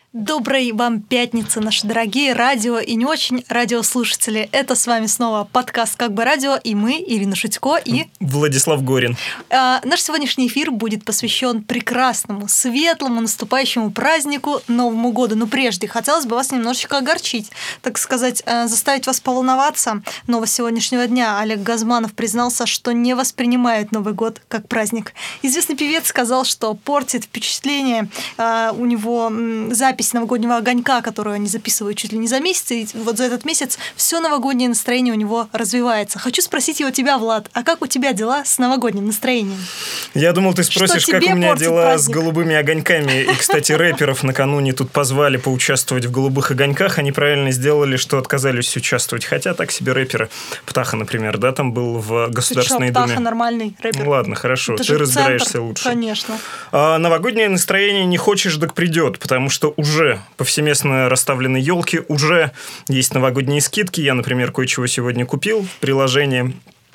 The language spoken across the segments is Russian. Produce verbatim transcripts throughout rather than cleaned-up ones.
Доброй вам пятницы, наши дорогие радио и не очень радиослушатели. Это с вами снова подкаст «Как бы радио» и мы, Ирина Шутько и... Владислав Горин. А, наш сегодняшний эфир будет посвящен прекрасному, светлому, наступающему празднику Новому году. Но прежде хотелось бы вас немножечко огорчить, так сказать, заставить вас поволноваться. Новость сегодняшнего дня. Олег Газманов признался, что не воспринимает Новый год как праздник. Известный певец сказал, что портит впечатление а, у него запись новогоднего огонька, которую они записывают чуть ли не за месяц, и вот за этот месяц все новогоднее настроение у него развивается. Хочу спросить его тебя, Влад, а как у тебя дела с новогодним настроением? Я думал, ты спросишь, как у меня дела праздник? С голубыми огоньками. И, кстати, рэперов накануне тут позвали поучаствовать в голубых огоньках. Они правильно сделали, что отказались участвовать. Хотя так себе рэперы. Птаха, например, да, там был в Государственной ты что, Думе. Птаха нормальный рэпер. Ну, ладно, хорошо, это ты разбираешься центр, лучше. Конечно. А новогоднее настроение не хочешь, так придет, потому что уже повсеместно расставлены елки, уже есть новогодние скидки. Я, например, кое-чего сегодня купил в приложении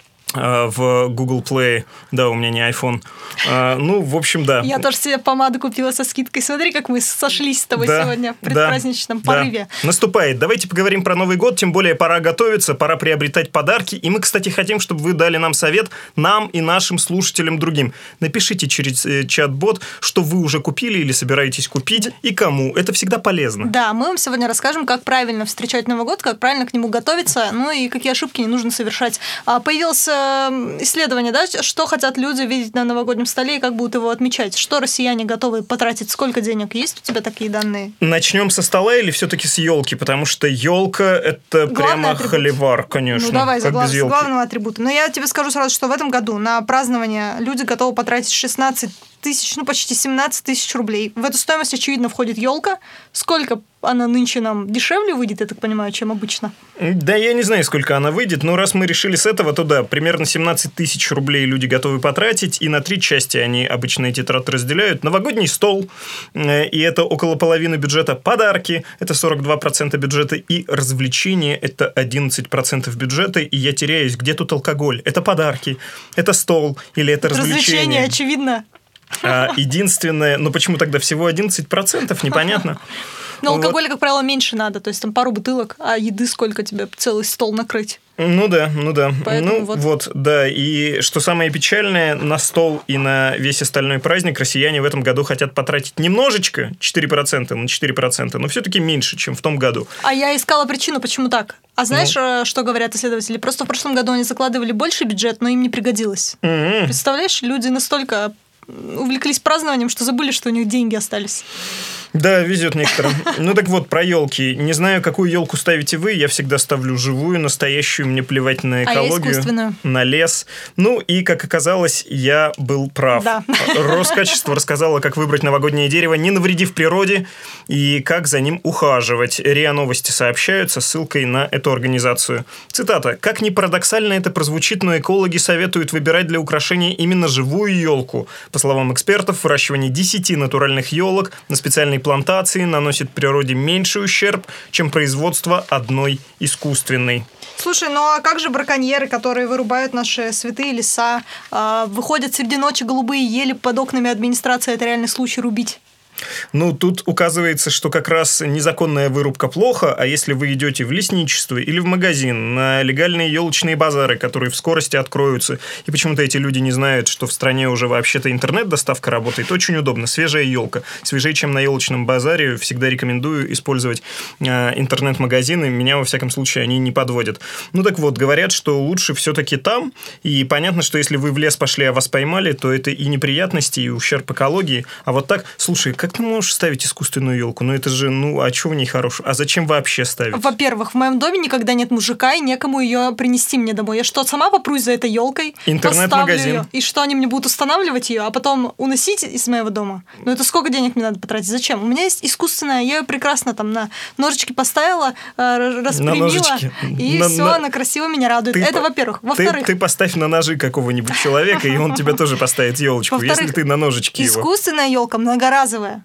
в Google Play. Да, у меня не iPhone. А, ну, в общем, да. Я тоже себе помаду купила со скидкой. Смотри, как мы сошлись с тобой да, сегодня в предпраздничном да, порыве. Да. Наступает. Давайте поговорим про Новый год. Тем более пора готовиться, пора приобретать подарки. И мы, кстати, хотим, чтобы вы дали нам совет, нам и нашим слушателям другим. Напишите через э, чат-бот, что вы уже купили или собираетесь купить, и кому. Это всегда полезно. Да, мы вам сегодня расскажем, как правильно встречать Новый год, как правильно к нему готовиться, ну и какие ошибки не нужно совершать. Появился исследование, да, что хотят люди видеть на новогоднем столе и как будут его отмечать. Что россияне готовы потратить, сколько денег? Есть у тебя такие данные? Начнем со стола или все-таки с елки? Потому что елка это главный прямо атрибут. Холивар, конечно. Ну давай, как за без елки. главного атрибута. Но я тебе скажу сразу, что в этом году на празднование люди готовы потратить шестнадцать тысяч, ну почти семнадцать тысяч рублей. В эту стоимость, очевидно, входит елка. Сколько она нынче нам дешевле выйдет, я так понимаю, чем обычно? Да, я не знаю, сколько она выйдет, но раз мы решили с этого, то да, примерно семнадцать тысяч рублей люди готовы потратить, и на три части они обычно эти траты разделяют. Новогодний стол, и это около половины бюджета, подарки, это сорок два процента бюджета, и развлечения, это одиннадцать процентов бюджета, и я теряюсь, где тут алкоголь? Это подарки, это стол, или это, это развлечения? Развлечения, очевидно. А, единственное, ну почему тогда всего одиннадцать процентов, непонятно. Но алкоголя, вот. Как правило, меньше надо, то есть там пару бутылок, а еды сколько тебе целый стол накрыть? Ну да, ну да. Поэтому ну вот. вот, да. И что самое печальное, на стол и на весь остальной праздник россияне в этом году хотят потратить немножечко, четыре процента, на четыре процента, но все-таки меньше, чем в том году. А я искала причину, почему так. А знаешь, ну. что говорят исследователи? Просто в прошлом году они закладывали больше бюджет, но им не пригодилось. Mm-hmm. Представляешь, люди настолько увлеклись празднованием, что забыли, что у них деньги остались. Да, везет некоторым. Ну так вот, про елки. Не знаю, какую елку ставите вы. Я всегда ставлю живую, настоящую. Мне плевать на экологию, а я искусственную. На лес. Ну и, как оказалось, я был прав. Да. Роскачество рассказала, как выбрать новогоднее дерево, не навредив природе, и как за ним ухаживать. РИА Новости сообщают со ссылкой на эту организацию. Цитата. «Как ни парадоксально это прозвучит, но экологи советуют выбирать для украшения именно живую елку. По словам экспертов, выращивание десяти натуральных елок на специальной плантации наносит природе меньший ущерб, чем производство одной искусственной». Слушай, ну а как же браконьеры, которые вырубают наши святые леса, э, выходят среди ночи голубые ели под окнами администрации, это реальный случай рубить? Ну, тут указывается, что как раз незаконная вырубка плохо, а если вы идете в лесничество или в магазин на легальные елочные базары, которые в скорости откроются, и почему-то эти люди не знают, что в стране уже вообще-то интернет-доставка работает, очень удобно. Свежая елка. Свежее, чем на елочном базаре. Всегда рекомендую использовать э, интернет-магазины. Меня, во всяком случае, они не подводят. Ну, так вот, говорят, что лучше все-таки там. И понятно, что если вы в лес пошли, а вас поймали, то это и неприятности, и ущерб экологии. А вот так, слушай, как ты можешь ставить искусственную елку? Ну, это же, ну, а что в ней хорошего? А зачем вообще ставить? Во-первых, в моем доме никогда нет мужика, и некому ее принести мне домой. Я что, сама попрусь за этой елкой? Интернет-магазин. И что, они мне будут устанавливать ее, а потом уносить из моего дома? Ну, это сколько денег мне надо потратить? Зачем? У меня есть искусственная, я ее прекрасно там на ножички поставила, распрямила, и на, все, на... она красиво меня радует. Ты это, по... во-первых. Во-вторых... Ты, ты поставь на ножи какого-нибудь человека, и он тебе тоже поставит елочку, если ты на ножички его. Искусственная елка многоразовая.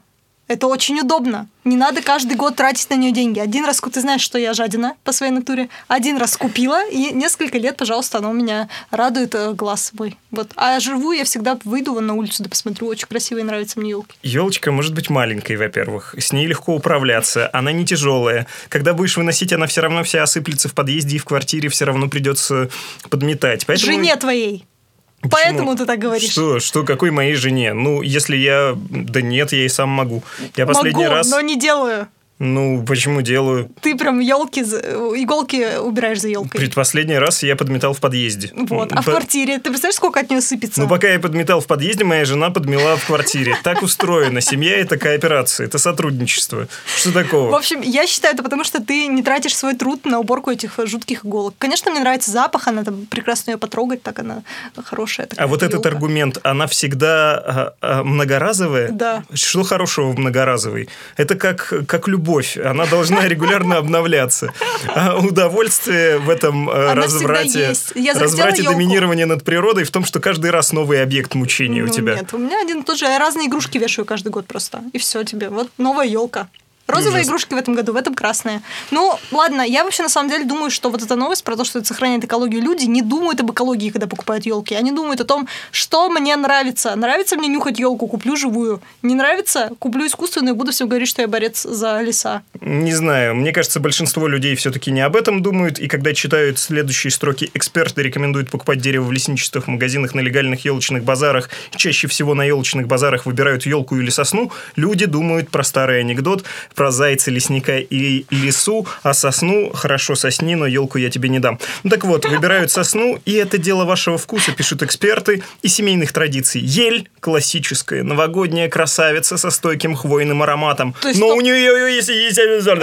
Это очень удобно. Не надо каждый год тратить на нее деньги. Один раз, ты знаешь, что я жадина по своей натуре. Один раз купила, и несколько лет, пожалуйста, она у меня радует глаз мой. Вот. А живу я всегда выйду на улицу, да посмотрю. Очень красивые, нравятся мне елки. Елочка может быть маленькой, во-первых. С ней легко управляться. Она не тяжелая. Когда будешь выносить, она все равно вся осыплется в подъезде и в квартире. Все равно придется подметать. Поэтому... Жене твоей. Почему? Поэтому ты так говоришь. Что? Что? Какой моей жене? Ну, если я... Да нет, я и сам могу. Я последний могу, раз... но не делаю. Ну, почему делаю? Ты прям елки, иголки убираешь за елкой. Предпоследний раз я подметал в подъезде. Вот. А По... в квартире? Ты представляешь, сколько от нее сыпется? Ну, пока я подметал в подъезде, моя жена подмела в квартире. Так устроено. Семья – это кооперация, это сотрудничество. Что такого? В общем, я считаю, это потому, что ты не тратишь свой труд на уборку этих жутких иголок. Конечно, мне нравится запах, она там прекрасно ее потрогать, так она хорошая. А вот этот аргумент, она всегда а, а, многоразовая? Да. Что хорошего в многоразовой? Это как, как любовь. Она должна регулярно обновляться. А удовольствие в этом она разврате, разврате доминирования над природой в том, что каждый раз новый объект мучения ну, у тебя. Нет, у меня один тот же. Я разные игрушки вешаю каждый год просто. И все тебе. Вот новая елка. Розовые Ужас. Игрушки в этом году, в этом красные. Ну, ладно, я вообще на самом деле думаю, что вот эта новость про то, что это сохраняет экологию, люди не думают об экологии, когда покупают елки. Они думают о том, что мне нравится. Нравится мне нюхать елку, куплю живую. Не нравится, куплю искусственную и буду всем говорить, что я борец за леса. Не знаю. Мне кажется, большинство людей все-таки не об этом думают. И когда читают следующие строки, эксперты рекомендуют покупать дерево в лесничествах, магазинах, на легальных елочных базарах. Чаще всего на елочных базарах выбирают елку или сосну. Люди думают про старый анекдот про зайца, лесника и лису, а сосну хорошо сосни, но елку я тебе не дам. Ну, так вот, выбирают сосну, и это дело вашего вкуса, пишут эксперты, и семейных традиций. Ель классическая, новогодняя красавица со стойким хвойным ароматом. Но что... у нее есть, есть,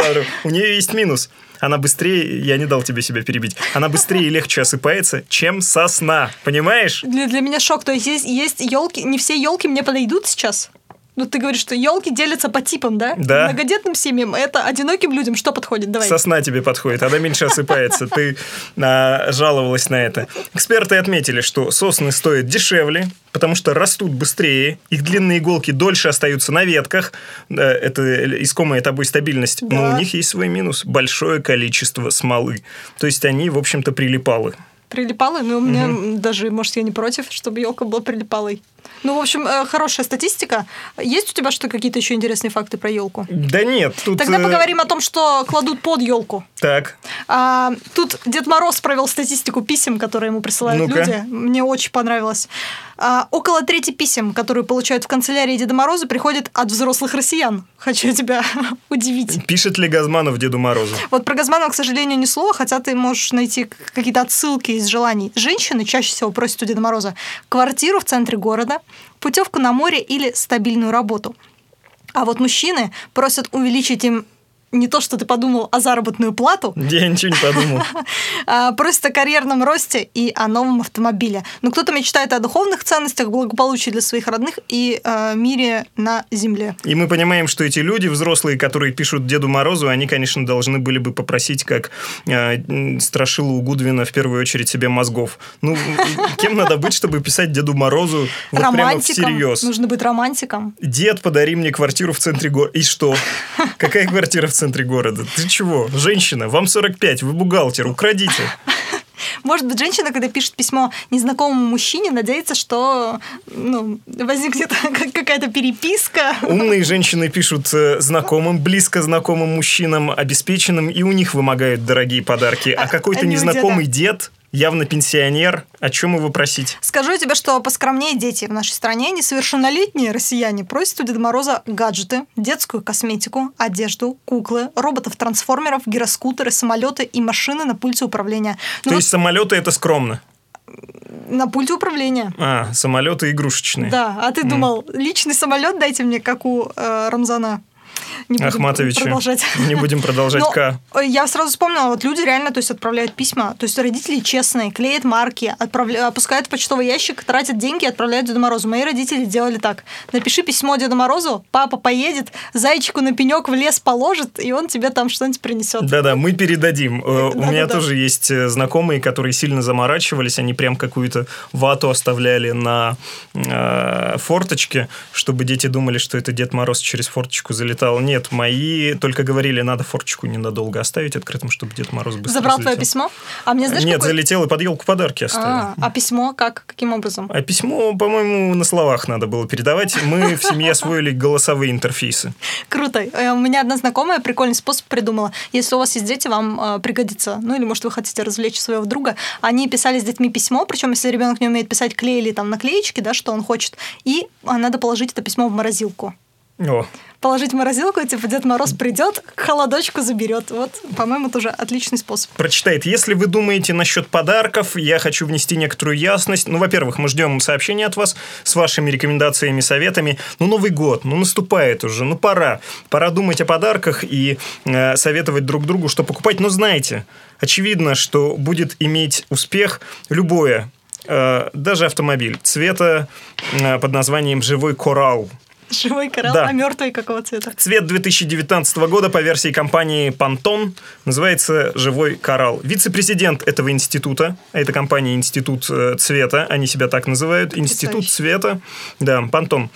у нее есть минус. Она быстрее, я не дал тебе себя перебить, она быстрее и легче осыпается, чем сосна. Понимаешь? Для, для меня шок. То есть есть, есть елки, не все елки мне подойдут сейчас. Ну, ты говоришь, что елки делятся по типам, да? Да. Многодетным семьям, это одиноким людям что подходит? Давай. Сосна тебе подходит, она меньше осыпается. Ты а, жаловалась на это. Эксперты отметили, что сосны стоят дешевле, потому что растут быстрее, их длинные иголки дольше остаются на ветках. Это искомая тобой стабильность. Да. Но у них есть свой минус. Большое количество смолы. То есть они, в общем-то, прилипалы. Прилипалы? Ну, у меня угу. даже, может, я не против, чтобы елка была прилипалой. Ну, в общем, хорошая статистика. Есть у тебя что, какие-то еще интересные факты про елку? Да нет. Тут... Тогда поговорим о том, что кладут под елку. Так. А, тут Дед Мороз провел статистику писем, которые ему присылают Ну-ка. люди. Мне очень понравилось. А, около трети писем, которые получают в канцелярии Деда Мороза, приходят от взрослых россиян. Хочу тебя удивить. Пишет ли Газманов Деду Морозу? Вот про Газманова, к сожалению, ни слова, хотя ты можешь найти какие-то отсылки из желаний. Женщины чаще всего просят у Деда Мороза квартиру в центре города, путевку на море или стабильную работу. А вот мужчины просят увеличить им не то, что ты подумал, а заработную плату. Я ничего не подумал. Просто о карьерном росте и о новом автомобиле. Но кто-то мечтает о духовных ценностях, благополучии для своих родных и э, мире на земле. И мы понимаем, что эти люди, взрослые, которые пишут Деду Морозу, они, конечно, должны были бы попросить, как э, страшила у Гудвина, в первую очередь себе мозгов. Ну, кем надо быть, чтобы писать Деду Морозу вот прямо всерьез? Нужно быть романтиком. Дед, подари мне квартиру в центре города. И что? Какая квартира в центре? В центре города. Ты чего? Женщина, вам сорок пять, вы бухгалтер, украдите. Может быть, женщина, когда пишет письмо незнакомому мужчине, надеется, что ну, возникнет какая-то переписка. Умные женщины пишут знакомым, близко знакомым мужчинам, обеспеченным, и у них вымогают дорогие подарки. А, а какой-то незнакомый дед... Явно пенсионер. О чем его просить? Скажу тебе, что поскромнее дети в нашей стране, несовершеннолетние россияне просят у Деда Мороза гаджеты, детскую косметику, одежду, куклы, роботов-трансформеров, гироскутеры, самолеты и машины на пульте управления. Ну, То вот... есть самолеты это скромно? На пульте управления. А, самолеты игрушечные. Да, а ты mm. думал, личный самолет дайте мне, как у э, Рамзана? не будем Ахматовича. продолжать. Не будем продолжать К. Я сразу вспомнила, вот люди реально, то есть, отправляют письма, то есть родители честные, клеят марки, отправля... опускают в почтовый ящик, тратят деньги и отправляют Деду Морозу. Мои родители делали так. Напиши письмо Деду Морозу, папа поедет, зайчику на пенек в лес положит, и он тебе там что-нибудь принесет. Да-да, мы передадим. Да, У меня да, тоже да. есть знакомые, которые сильно заморачивались, они прям какую-то вату оставляли на э, форточке, чтобы дети думали, что это Дед Мороз через форточку залетал. Нет, мои только говорили, надо форточку ненадолго оставить открытым, чтобы Дед Мороз быстро Забрал залетел. твое письмо? А мне, знаешь, Нет, какой... залетел и под елку подарки оставил. А, а письмо как? Каким образом? А письмо, по-моему, на словах надо было передавать. Мы в семье освоили голосовые интерфейсы. Круто. У меня одна знакомая прикольный способ придумала. Если у вас есть дети, вам э, пригодится. Ну, или, может, вы хотите развлечь своего друга. Они писали с детьми письмо, причем, если ребенок не умеет писать, клеили там наклеечки, да, что он хочет, и надо положить это письмо в морозилку. О. Положить в морозилку, и типа Дед Мороз придет, холодочку заберет. Вот, по-моему, тоже отличный способ. Прочитает. Если вы думаете насчет подарков, я хочу внести некоторую ясность. Ну, во-первых, мы ждем сообщения от вас с вашими рекомендациями, советами. Ну, Новый год, ну, наступает уже, ну, пора. Пора думать о подарках и э, советовать друг другу, что покупать. Но знаете, очевидно, что будет иметь успех любое, э, даже автомобиль, цвета э, под названием «Живой коралл». Живой коралл, да. А мертвый какого цвета? Цвет две тысячи девятнадцатого года по версии компании Pantone называется «Живой коралл». Вице-президент этого института, а это компания «Институт цвета», они себя так называют, «Институт цвета», да, Pantone,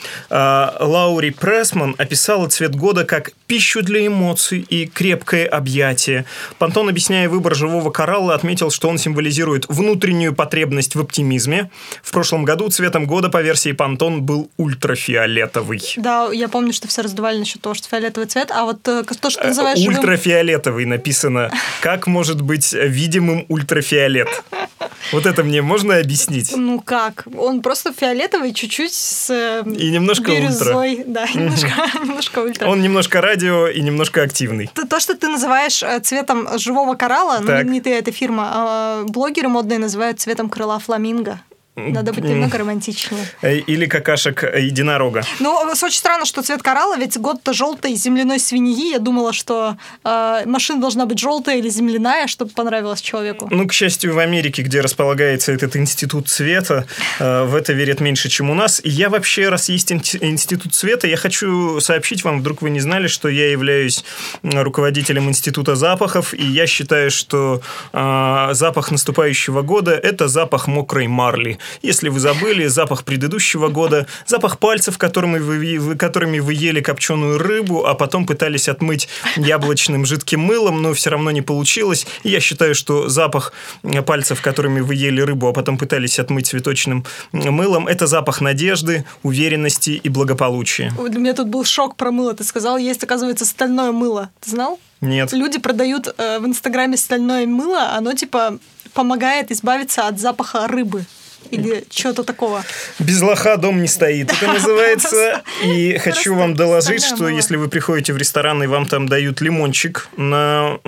Лаури Прессман описала цвет года как пищу для эмоций и крепкое объятие. Pantone, объясняя выбор живого коралла, отметил, что он символизирует внутреннюю потребность в оптимизме. В прошлом году цветом года по версии Pantone был ультрафиолетовый. Да, я помню, что все раздували насчет того, что фиолетовый цвет, а вот то, что ты называешь живым... Ультрафиолетовый написано. Как может быть видимым ультрафиолет? Вот это мне можно объяснить? Ну как? Он просто фиолетовый, чуть-чуть с и немножко бирюзой. ультра. Да, немножко, немножко ультра. Он немножко радио и немножко активный. То, что ты называешь цветом живого коралла, ну не ты, это фирма, а блогеры модные называют цветом крыла фламинго. Надо быть немного романтичнее. Или какашек единорога. Ну, очень странно, что цвет коралла, ведь год-то желтый земляной свиньи. Я думала, что э, машина должна быть желтая или земляная, чтобы понравилось человеку. Ну, к счастью, в Америке, где располагается этот институт цвета, э, в это верят меньше, чем у нас. И я вообще, раз есть институт цвета, я хочу сообщить вам, вдруг вы не знали, что я являюсь руководителем института запахов, и я считаю, что э, запах наступающего года – это запах мокрой марли. Если вы забыли, запах предыдущего года, запах пальцев, которыми вы, которыми вы ели копченую рыбу, а потом пытались отмыть яблочным жидким мылом, но все равно не получилось. И я считаю, что запах пальцев, которыми вы ели рыбу, а потом пытались отмыть цветочным мылом, это запах надежды, уверенности и благополучия. У меня тут был шок про мыло. Ты сказал, есть, оказывается, стальное мыло. Ты знал? Нет. Люди продают э, в Инстаграме стальное мыло, оно типа помогает избавиться от запаха рыбы. Или чего-то такого. Без лоха дом не стоит. Это называется. И хочу вам доложить, что если вы приходите в ресторан, и вам там дают лимончик на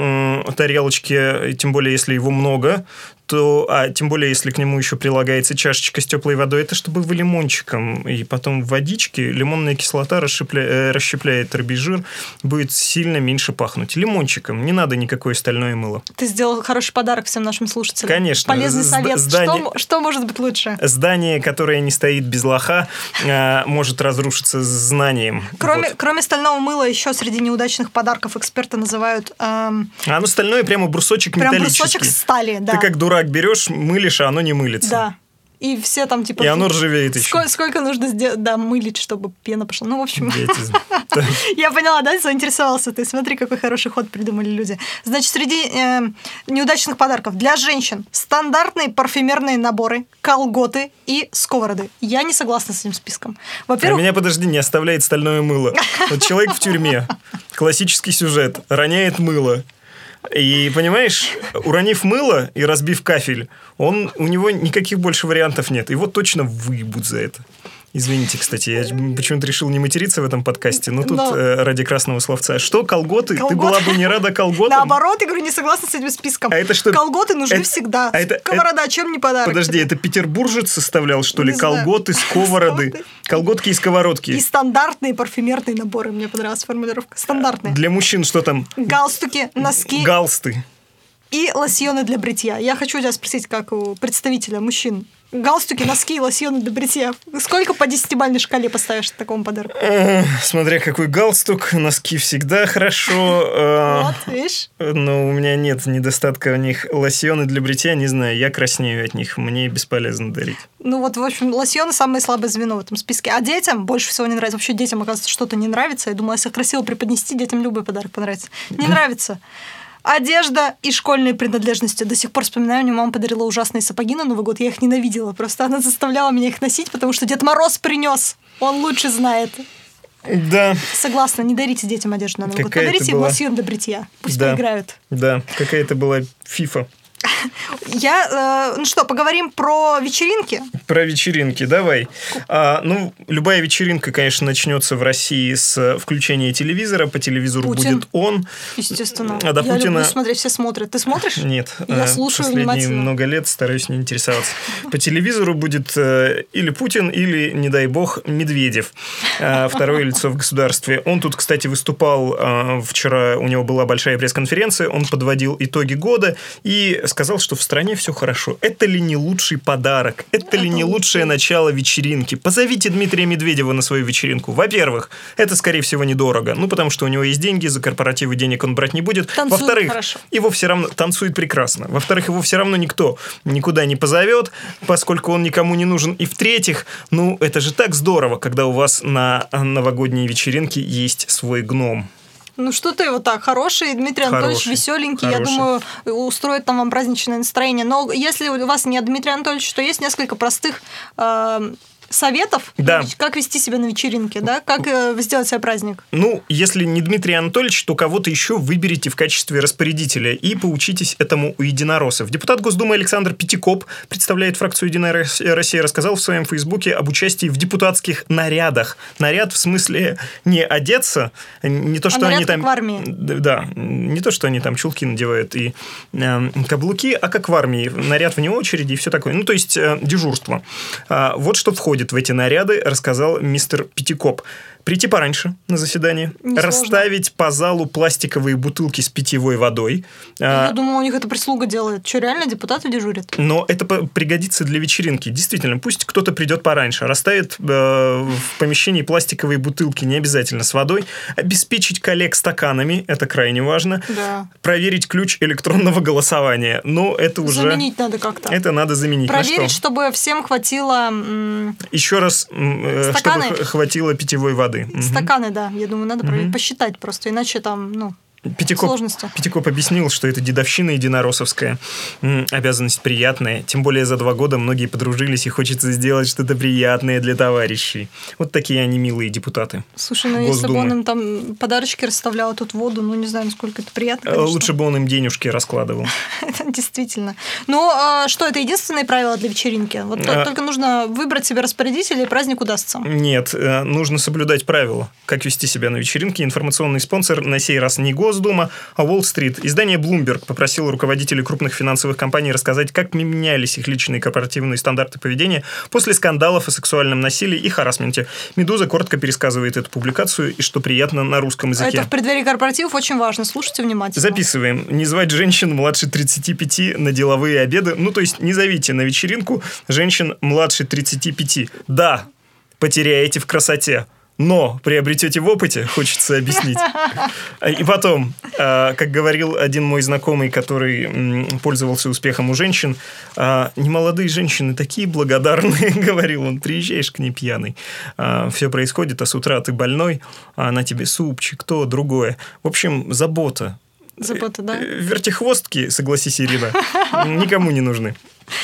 тарелочке, тем более, если его много, то, а тем более, если к нему еще прилагается чашечка с теплой водой, это чтобы вы лимончиком, и потом в водичке лимонная кислота расщепля... расщепляет рыбий жир, будет сильно меньше пахнуть. Лимончиком, не надо никакое стальное мыло. Ты сделал хороший подарок всем нашим слушателям. Конечно. Полезный совет. Здание... Что, что может быть лучше? Здание, которое не стоит без лоха, может разрушиться знанием. Кроме, вот. кроме стального мыла, еще среди неудачных подарков эксперты называют... Эм... А оно стальное, прямо брусочек прям металлический. Прям брусочек стали, да. Ты как дурак берешь, мылишь, а оно не мылится. Да. И все там типа... И оно ржавеет еще. Сколько, сколько нужно сделать, да, мылить, чтобы пена пошла. Ну, в общем... Я поняла, да, заинтересовался ты. Смотри, какой хороший ход придумали люди. Значит, среди э, неудачных подарков для женщин стандартные парфюмерные наборы, колготы и сковороды. Я не согласна с этим списком. Во-первых... А меня, подожди, не оставляет стальное мыло. Вот человек в тюрьме, классический сюжет, роняет мыло. И, понимаешь, уронив мыло и разбив кафель, он, у него никаких больше вариантов нет. Его точно выебут за это. Извините, кстати, я почему-то решил не материться в этом подкасте, но тут Но... э, ради красного словца. Что, колготы? Колготы? Ты была бы не рада колготам? Наоборот, я говорю, не согласна с этим списком. А это что? Колготы нужны это... всегда. А это... Сковорода, чем не подарок? Подожди, тебе? это петербуржец составлял, что ли? Не знаю. Колготы, сковороды. Колготки и сковородки. И стандартные парфюмерные наборы. Мне понравилась формулировка. Стандартные. Для мужчин что там? Галстуки, носки. Галсты. И лосьоны для бритья. Я хочу тебя спросить, как у представителя мужчин. Галстуки, носки и лосьоны для бритья. Сколько по десятибалльной шкале поставишь такому подарку? Смотря какой галстук, носки всегда хорошо. Вот, видишь? Но у меня нет недостатка в них. Лосьоны для бритья, не знаю, я краснею от них, мне бесполезно дарить. Ну вот, в общем, лосьоны самое слабое звено в этом списке. А детям больше всего не нравится. Вообще детям, оказывается, что-то не нравится. Я думала, если красиво преподнести, детям любой подарок понравится. Не нравится. Одежда и школьные принадлежности. До сих пор вспоминаю, мне мама подарила ужасные сапоги на Новый год. Я их ненавидела. Просто она заставляла меня их носить, потому что Дед Мороз принес. Он лучше знает. Да. Согласна, не дарите детям одежду на Новый год. Подарите им была... лосьон для бритья. Пусть да. поиграют. Да, какая-то была фифа. Я, э, ну что, поговорим про вечеринки? Про вечеринки, давай. А, ну, любая вечеринка, конечно, начнется в России с включения телевизора. По телевизору Путин. будет он. Естественно. А до Я Путина... люблю смотреть, все смотрят. Ты смотришь? Нет. Я слушаю последние внимательно. много лет стараюсь не интересоваться. По телевизору будет э, или Путин, или, не дай бог, Медведев. Э, второе лицо в государстве. Он тут, кстати, выступал э, вчера, у него была большая пресс-конференция, он подводил итоги года и сказал, что в стране все хорошо. Это ли не лучший подарок? Это, это ли не лучшее начало вечеринки? Позовите Дмитрия Медведева на свою вечеринку. Во-первых, это, скорее всего, недорого. Ну, потому что у него есть деньги, за корпоративы денег он брать не будет. Танцует Во-вторых, хорошо. его все равно танцует прекрасно. Во-вторых, его все равно никто никуда не позовет, поскольку он никому не нужен. И в-третьих, ну, это же так здорово, когда у вас на новогодней вечеринке есть свой гном. Ну что ты его так, хороший Дмитрий Анатольевич, Хороший, веселенький, хороший. Я думаю, устроит там вам праздничное настроение. Но если у вас нет Дмитрия Анатольевича, то есть несколько простых э, советов, да. как вести себя на вечеринке, да, как э, сделать себе праздник. Ну, если не Дмитрий Анатольевич, то кого-то еще выберите в качестве распорядителя и поучитесь этому у единороссов. Депутат Госдумы Александр Пятикоп, представляет фракцию «Единая Россия», рассказал в своем фейсбуке об участии в депутатских нарядах. Наряд в смысле не одеться, не то, что а они наряд там... как в армии. Да, не то, что они там чулки надевают и э, каблуки, а как в армии. Наряд вне очереди и все такое. Ну, то есть э, дежурство. А, вот что входит в эти наряды, рассказал мистер Пятикоп. Прийти пораньше на заседание, Несложно. Расставить по залу пластиковые бутылки с питьевой водой. Я а, думала, у них это прислуга делает. Что, реально депутаты дежурят? Но это пригодится для вечеринки. Действительно, пусть кто-то придет пораньше, расставит э, в помещении пластиковые бутылки, не обязательно с водой, обеспечить коллег стаканами, это крайне важно, да. Проверить ключ электронного голосования. Но это уже... Заменить надо как-то. Это надо заменить. Проверить, чтобы всем хватило... М- Еще раз, э, Стаканы? чтобы хватило питьевой воды. Стаканы, угу. да. Я думаю, надо проверить, угу. посчитать просто, иначе там, ну... Пятикоп, сложности. Пятикоп объяснил, что это дедовщина единороссовская. М, обязанность приятная. Тем более за два года многие подружились, и хочется сделать что-то приятное для товарищей. Вот такие они милые депутаты. Слушай, ну если бы он им там подарочки расставлял, а тут воду, ну не знаю, насколько это приятно. Конечно. Лучше бы он им денежки раскладывал. Это действительно. Ну, а что, это единственное правило для вечеринки? Вот а... только нужно выбрать себе распорядителя, и праздник удастся. Нет, нужно соблюдать правила. Как вести себя на вечеринке. Информационный спонсор на сей раз не Госдума, а Уолл-стрит. Издание Bloomberg попросило руководителей крупных финансовых компаний рассказать, как менялись их личные корпоративные стандарты поведения после скандалов о сексуальном насилии и харассменте. «Медуза» коротко пересказывает эту публикацию, и, что приятно, на русском языке. Это в преддверии корпоративов очень важно. Слушайте внимательно. Записываем. Не звать женщин младше тридцати пяти на деловые обеды. Ну, то есть, не зовите на вечеринку женщин младше тридцати пяти. Да, потеряете в красоте. Но приобретете в опыте, хочется объяснить. И потом, как говорил один мой знакомый, который пользовался успехом у женщин, немолодые женщины такие благодарные, говорил он, приезжаешь к ней пьяный, все происходит, а с утра ты больной, а она тебе супчик, то, другое. В общем, забота. Забота, да? Вертихвостки, согласись, Ирина, никому не нужны.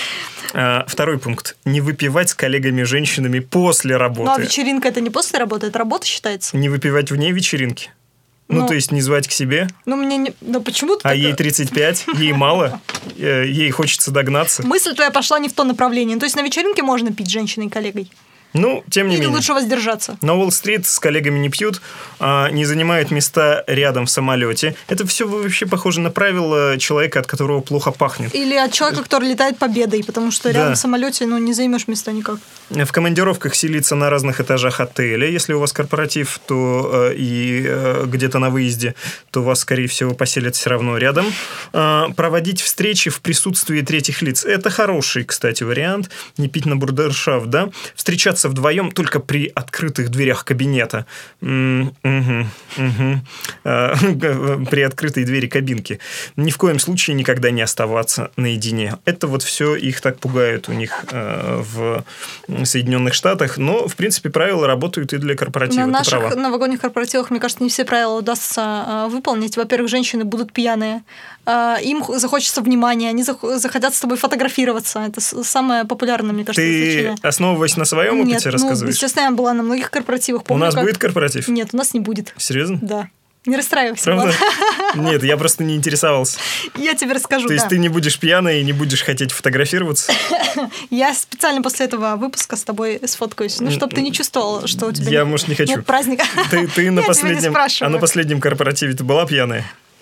Второй пункт. Не выпивать с коллегами-женщинами после работы. Ну, а вечеринка – это не после работы, это работа считается? Не выпивать вне вечеринки. Ну, ну, то есть не звать к себе. Ну, мне не... Ну, почему-то... А так... ей тридцать пять, ей мало, ей хочется догнаться. Мысль твоя пошла не в то направление. То есть на вечеринке можно пить с женщиной-коллегой? Ну, тем не Или менее. лучше воздержаться. На Уолл-стрит с коллегами не пьют, а, не занимают места рядом в самолете. Это все вообще похоже на правило человека, от которого плохо пахнет. Или от человека, который летает победой, потому что рядом Да. в самолете ну, не займешь места никак. В командировках селиться на разных этажах отеля. Если у вас корпоратив, то э, и э, где-то на выезде, то вас, скорее всего, поселят все равно рядом. Э, проводить встречи в присутствии третьих лиц. Это хороший, кстати, вариант. Не пить на бурдершафт, да? Встречаться вдвоем только при открытых дверях кабинета. М, мгм, мгм. Э, При открытой двери кабинки. Ни в коем случае никогда не оставаться наедине. Это вот все их так пугают у них э, в Соединенных Штатах, но, в принципе, правила работают и для корпоратива. На Ты наших права. новогодних корпоративах, мне кажется, не все правила удастся э, выполнить. Во-первых, женщины будут пьяные, э, им х- захочется внимания, они зах- захотят с тобой фотографироваться. Это с- самое популярное, мне кажется, Ты, развлечение. основываясь на своем Нет, опыте, ну, рассказываешь? естественно, я была на многих корпоративах. У Помню, нас как- будет корпоратив? Нет, у нас не будет. Серьезно? Да. Не расстраивайся. Правда? ладно? Нет, я просто не интересовался. Я тебе расскажу, То есть да. ты не будешь пьяной и не будешь хотеть фотографироваться? Я специально после этого выпуска с тобой сфоткаюсь, ну, чтобы ты не чувствовал, что у тебя Я, нет, может, не хочу. нет праздника. Ты, ты на Я тебя не последнем... спрашиваю. А на последнем корпоративе ты была пьяная?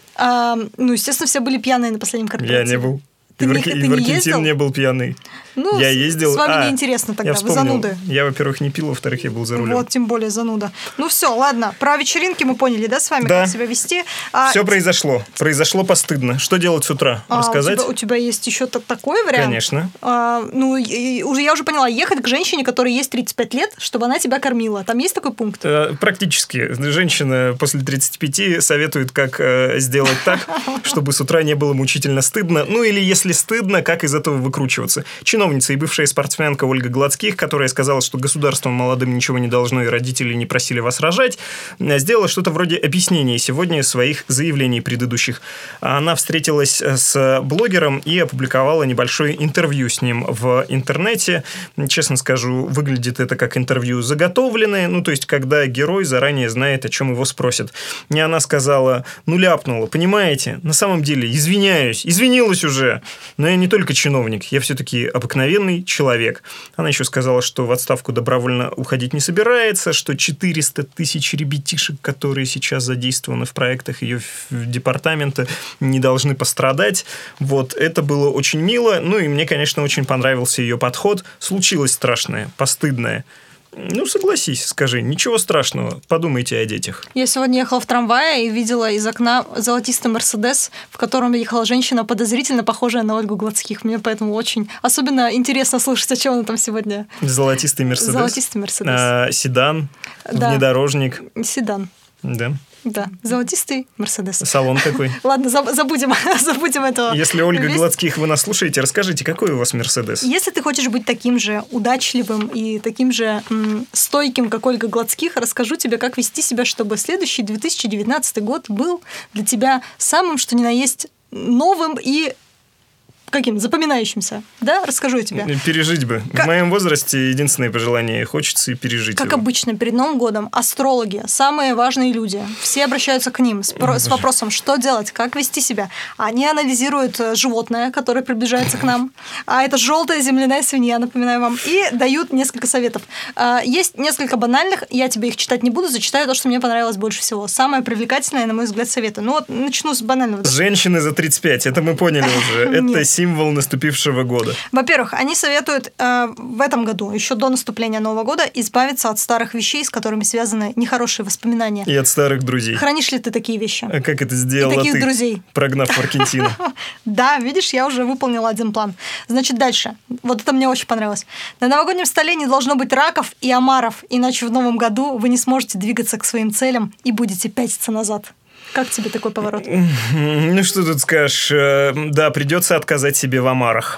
А, ну, естественно, все были пьяные на последнем корпоративе. Я не был. Ты и в, не- Арки- ты и не в Аргентине ездил? не был пьяный. Ну, я с- ездил... с вами а, неинтересно тогда, я вы вспомнил. зануды. Я, во-первых, не пил, во-вторых, я был за рулем. Вот, тем более зануда. Ну все, ладно. Про вечеринки мы поняли, да, с вами, Да. как себя вести. А, Все произошло. Произошло постыдно. Что делать с утра? а, Рассказать? У тебя, у тебя есть еще такой вариант? Конечно. А, ну, и- и уже, я уже поняла, ехать к женщине, которой есть тридцать пять лет, чтобы она тебя кормила. Там есть такой пункт? Э, Практически. Женщина после тридцати пяти советует, как э, сделать так, чтобы с утра не было мучительно стыдно. Ну или если стыдно, как из этого выкручиваться. Чиновница и бывшая спортсменка Ольга Гладских, которая сказала, что государство молодым ничего не должно и родители не просили вас рожать, э, сделала что-то вроде объяснения сегодня своих заявлений предыдущих. Она встретилась с блогером и опубликовала небольшое интервью с ним в интернете. Честно скажу, выглядит это как интервью заготовленное, ну, то есть, когда герой заранее знает, о чем его спросят. И она сказала, ну, ляпнула, понимаете, на самом деле, извиняюсь, извинилась уже, но я не только чиновник, я все-таки обыкновенный человек. Она еще сказала, что в отставку добровольно уходить не собирается, что четыреста тысяч ребятишек, которые сейчас задействованы в проектах ее департамента, не должны пострадать. Вот, это было очень мило, ну, и мне, конечно, очень понравился ее подход. Случилось страшное, постыдное. Ну, согласись, скажи, ничего страшного, подумайте о детях. Я сегодня ехала в трамвае и видела из окна золотистый Мерседес, в котором ехала женщина, подозрительно похожая на Ольгу Гладских. Мне поэтому очень особенно интересно слышать, о чем она там сегодня. Золотистый Мерседес. Золотистый Мерседес. А, седан, Да. внедорожник. Седан. Да. Да, золотистый Мерседес. Салон какой. Ладно, заб- забудем, забудем этого. Если Ольга Весь- Гладских вы нас слушаете, расскажите, какой у вас Мерседес? Если ты хочешь быть таким же удачливым и таким же м, стойким, как Ольга Гладских, расскажу тебе, как вести себя, чтобы следующий две тысячи девятнадцатый год был для тебя самым, что ни на есть, новым и каким? Запоминающимся. Да? Расскажу я тебе. Пережить бы. Как- В моем возрасте единственное пожелание хочется и пережить Как его. обычно, перед Новым годом астрологи, самые важные люди, все обращаются к ним с, про- с вопросом, что делать, как вести себя. Они анализируют э, животное, которое приближается к нам, а это желтая земляная свинья, напоминаю вам, и дают несколько советов. А, Есть несколько банальных, я тебе их читать не буду, зачитаю то, что мне понравилось больше всего. Самое привлекательное, на мой взгляд, советы. Ну вот, начну с банального. Женщины за тридцать пять, это мы поняли уже. Это Нет. символ наступившего года. Во-первых, они советуют э, в этом году, еще до наступления Нового года, избавиться от старых вещей, с которыми связаны нехорошие воспоминания. И от старых друзей. Хранишь ли ты такие вещи? А как это сделала И таких ты, друзей. прогнав в Аргентину? Да, видишь, я уже выполнила один план. Значит, дальше. Вот это мне очень понравилось. На новогоднем столе не должно быть раков и омаров, иначе в новом году вы не сможете двигаться к своим целям и будете пятиться назад. Как тебе такой поворот? Ну, что тут скажешь? Э, Да, придется отказать себе в омарах.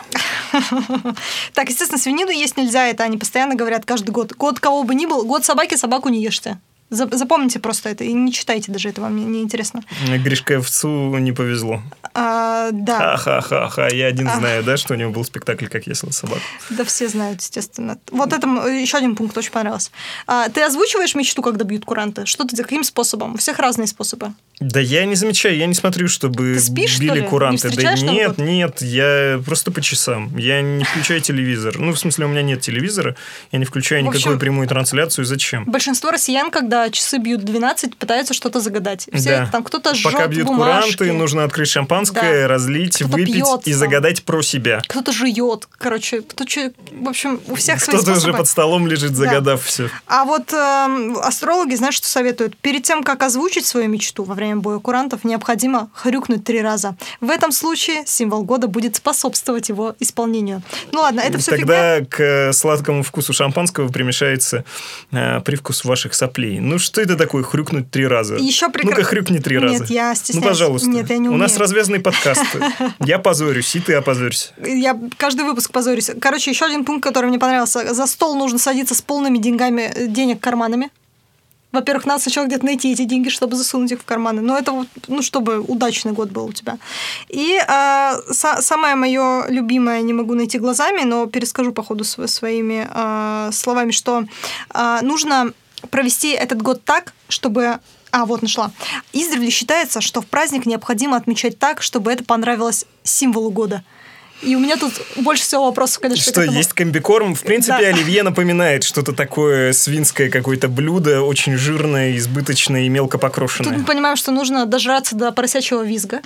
Так, естественно, свинину есть нельзя, это они постоянно говорят каждый год. Год кого бы ни был, год собаки, собаку не ешьте. За- Запомните просто это и не читайте даже, это вам не, не интересно. Гришковцу не повезло. А, да, Ха-ха-ха-ха. Я один А. знаю, да, что у него был спектакль «Как я съел собаку». да все знают, естественно. Вот это еще один пункт очень понравился. А, ты озвучиваешь мечту, когда бьют куранты? Что ты, каким способом? У всех разные способы. Да я не замечаю, я не смотрю, чтобы Ты спишь, били что ли? куранты. Не Да встречаешь Новый нет, год? нет, я просто по часам. Я не включаю телевизор. Ну, в смысле, у меня нет телевизора, я не включаю В никакую общем, прямую трансляцию. Зачем? Большинство россиян, когда часы бьют двенадцать, пытаются что-то загадать. Все, Да. там кто-то жжет Пока бьют бумажки, куранты, нужно открыть шампанское, Да. разлить, Кто-то выпить пьет и там. загадать про себя. кто-то жует, короче, кто че, в общем, у всех свои Кто-то способы. уже под столом лежит, загадав все. А вот э, астрологи, знаешь, что советуют? Перед тем, как озвучить свою мечту во время боя курантов, необходимо хрюкнуть три раза. В этом случае символ года будет способствовать его исполнению. Ну ладно, это все Тогда фигня. к сладкому вкусу шампанского примешается э, привкус ваших соплей. Ну что это такое, хрюкнуть три раза? Еще прекра- Ну-ка, хрюкни три раза. Нет, я Ну, стесняюсь. пожалуйста. Нет, я не У умею. нас развязанный подкаст. Я позорюсь, и ты опозорься. Я каждый выпуск позорюсь. Короче, еще один пункт, который мне понравился. За стол нужно садиться с полными деньгами, денег карманами. Во-первых, надо сначала где-то найти эти деньги, чтобы засунуть их в карманы. Но это вот, ну, чтобы удачный год был у тебя. И э, са- самое мое любимое, не могу найти глазами, но перескажу по ходу св- своими э, словами, что э, нужно провести этот год так, чтобы... А, вот нашла. Издревле считается, что в праздник необходимо отмечать так, чтобы это понравилось символу года. И у меня тут больше всего вопросов, конечно, Что, к этому. есть комбикорм? В принципе, Да. оливье напоминает что-то такое свинское какое-то блюдо, очень жирное, избыточное и мелко Тут покрошенное. мы понимаем, что нужно дожраться до поросячьего визга.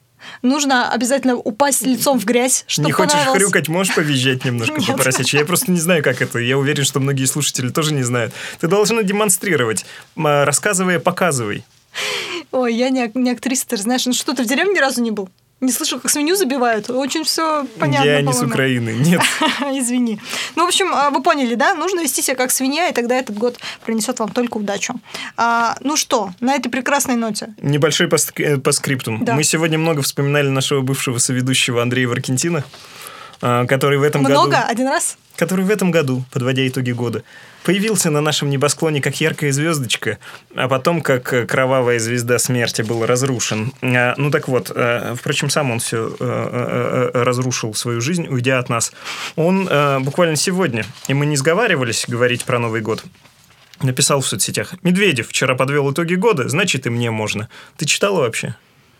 Нужно обязательно упасть лицом в грязь, чтобы Не хочешь понравилось. хрюкать, можешь повизжать немножко Нет. по-поросячьи? Я просто не знаю, как это. Я уверен, что многие слушатели тоже не знают. Ты должна демонстрировать. М, Рассказывая, показывай. Ой, я не, ак- не актриса, ты же знаешь. Ну что, ты в деревне ни разу не был? Не слышал, как свинью забивают? Очень все понятно, Я не с по-моему. Украины, нет. Извини. Ну, в общем, а, вы поняли, да? Нужно вести себя как свинья, и тогда этот год принесет вам только удачу. А, ну что, на этой прекрасной ноте. Небольшой по, по скриптум. Да. Мы сегодня много вспоминали нашего бывшего соведущего Андрея Варкентина, а, который в этом Много? году... Один раз? который в этом году, подводя итоги года, появился на нашем небосклоне как яркая звездочка, а потом как э, кровавая звезда смерти был разрушен. А, ну так вот, э, впрочем, сам он все э, э, разрушил свою жизнь, уйдя от нас. Он э, буквально сегодня, и мы не сговаривались говорить про Новый год, написал в соцсетях: «Медведев вчера подвел итоги года, значит, и мне можно». Ты читала вообще?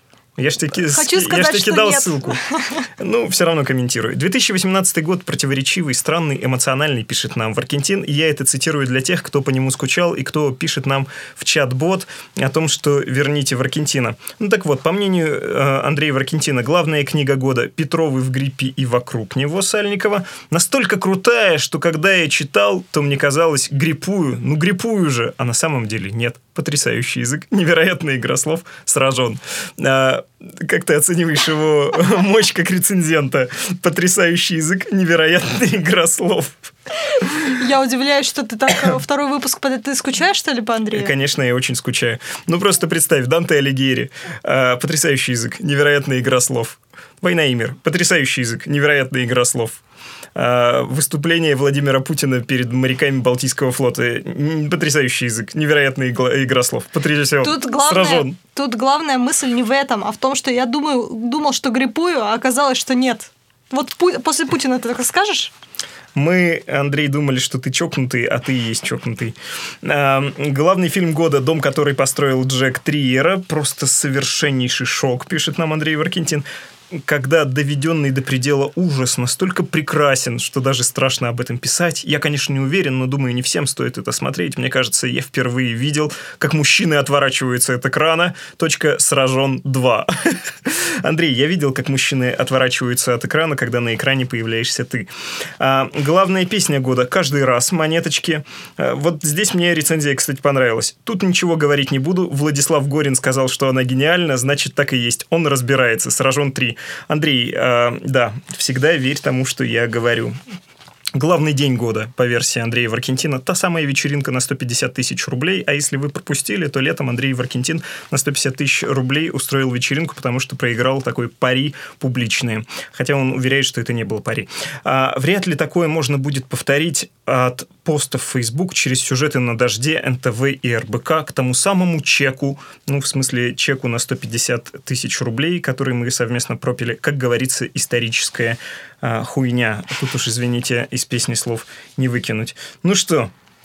Я ж тебе, Хочу я ж сказать, тебе что кидал нет. ссылку. Ну, все равно комментирую. две тысячи восемнадцатый год противоречивый, странный, эмоциональный, пишет нам Варкентин. И я это цитирую для тех, кто по нему скучал и кто пишет нам в чат-бот о том, что верните Варкентина. Ну так вот, по мнению э, Андрея Варкентина, главная книга года «Петровы в гриппе и вокруг него» Сальникова настолько крутая, что когда я читал, то мне казалось, гриппую, ну гриппую же, а на самом деле нет. Потрясающий язык, невероятная игра слов, сражен. А, как ты оцениваешь его мощь как рецензента? Потрясающий язык, невероятная игра слов. Я удивляюсь, что ты так э, второй выпуск... под- Ты скучаешь, что ли, по Андрею? Конечно, я очень скучаю. Ну, просто представь, Данте Алигьери. А, потрясающий язык, невероятная игра слов. «Война и мир». Потрясающий язык, невероятная игра слов. А, выступление Владимира Путина перед моряками Балтийского флота. М, Потрясающий язык, невероятная игла- игра слов. Потрясен, Тут главное, сражен. тут главная мысль не в этом, а в том, что я думаю, думал, что гриппую, а оказалось, что нет. Вот Пу- после Путина ты так скажешь? Мы, Андрей, думали, что ты чокнутый, а ты и есть чокнутый. А, главный фильм года «Дом, который построил Джек Триера». Просто совершеннейший шок, пишет нам Андрей Варкентин. Когда доведенный до предела ужас настолько прекрасен, что даже страшно об этом писать. Я, конечно, не уверен, но думаю, не всем стоит это смотреть. Мне кажется, я впервые видел, как мужчины отворачиваются от экрана. Точка «Сражен два». Андрей, я видел, как мужчины отворачиваются от экрана, когда на экране появляешься ты. А, главная песня года «Каждый раз», монеточки. А, вот здесь мне рецензия, кстати, понравилась. Тут ничего говорить не буду. Владислав Горин сказал, что она гениальна, значит, так и есть. Он разбирается. «Сражен три». Андрей, э, да, всегда верь тому, что я говорю. Главный день года, по версии Андрея Варкентина, та самая вечеринка на сто пятьдесят тысяч рублей, а если вы пропустили, то летом Андрей Варкентин на сто пятьдесят тысяч рублей устроил вечеринку, потому что проиграл такой пари публичное. Хотя он уверяет, что это не было пари. А, вряд ли такое можно будет повторить от постов в Facebook через сюжеты на «Дожде», эн тэ вэ и эр бэ ка к тому самому чеку, ну, в смысле, чеку на сто пятьдесят тысяч рублей, который мы совместно пропили, как говорится, историческая а, хуйня. Тут уж, извините, из песни слов не выкинуть. Ну что,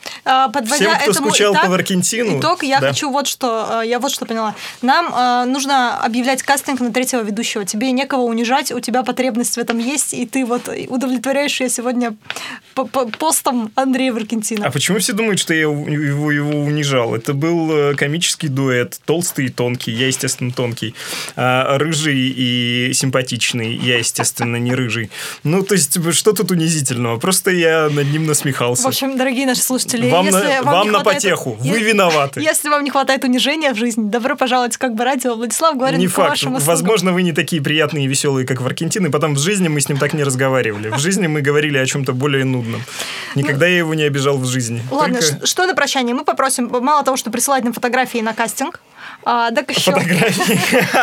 Подводя Всем, кто этому скучал итог, по Варкентину. Итог, я да. хочу вот что, я вот что поняла. Нам э, нужно объявлять кастинг на третьего ведущего. Тебе некого унижать, у тебя потребность в этом есть, и ты вот удовлетворяешь ее сегодня постом Андрея Варкентина. А почему все думают, что я его, его унижал? Это был комический дуэт, толстый и тонкий, я, естественно, тонкий, а рыжий и симпатичный, я, естественно, не рыжий. Ну, то есть, что тут унизительного? Просто я над ним насмехался. В общем, дорогие наши слушатели, вам если на, вам, вам не на хватает, потеху, вы если, виноваты. Если вам не хватает унижения в жизни, добро пожаловать в «Как бы радио». Владислав говорит не по факт. вашим услугам. Возможно, вы не такие приятные и веселые, как Варкентин, и потом в жизни мы с ним так не разговаривали. В жизни мы говорили о чем-то более нудном. Никогда я его не обижал в жизни. Ладно, Только... что на прощание? Мы попросим, мало того, что присылать нам фотографии на кастинг, а, так еще... Фотографии.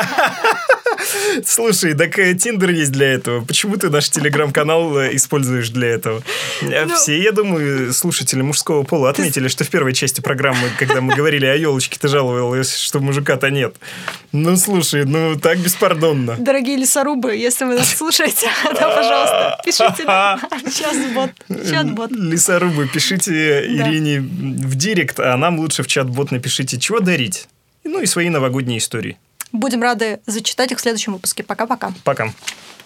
Слушай, так Тиндер есть для этого. Почему ты наш телеграм-канал используешь для этого? Ну, все, я думаю, слушатели мужского пола отметили, ты... что в первой части программы, когда мы говорили о елочке, ты жаловалась, что мужика-то нет. Ну, слушай, ну так беспардонно. Дорогие лесорубы, если вы нас слушаете, то, пожалуйста, пишите нам в чат-бот. чат-бот. Лесорубы, пишите Ирине в директ, а нам лучше в чат-бот напишите, чего дарить. Ну и свои новогодние истории. Будем рады зачитать их в следующем выпуске. Пока-пока. Пока.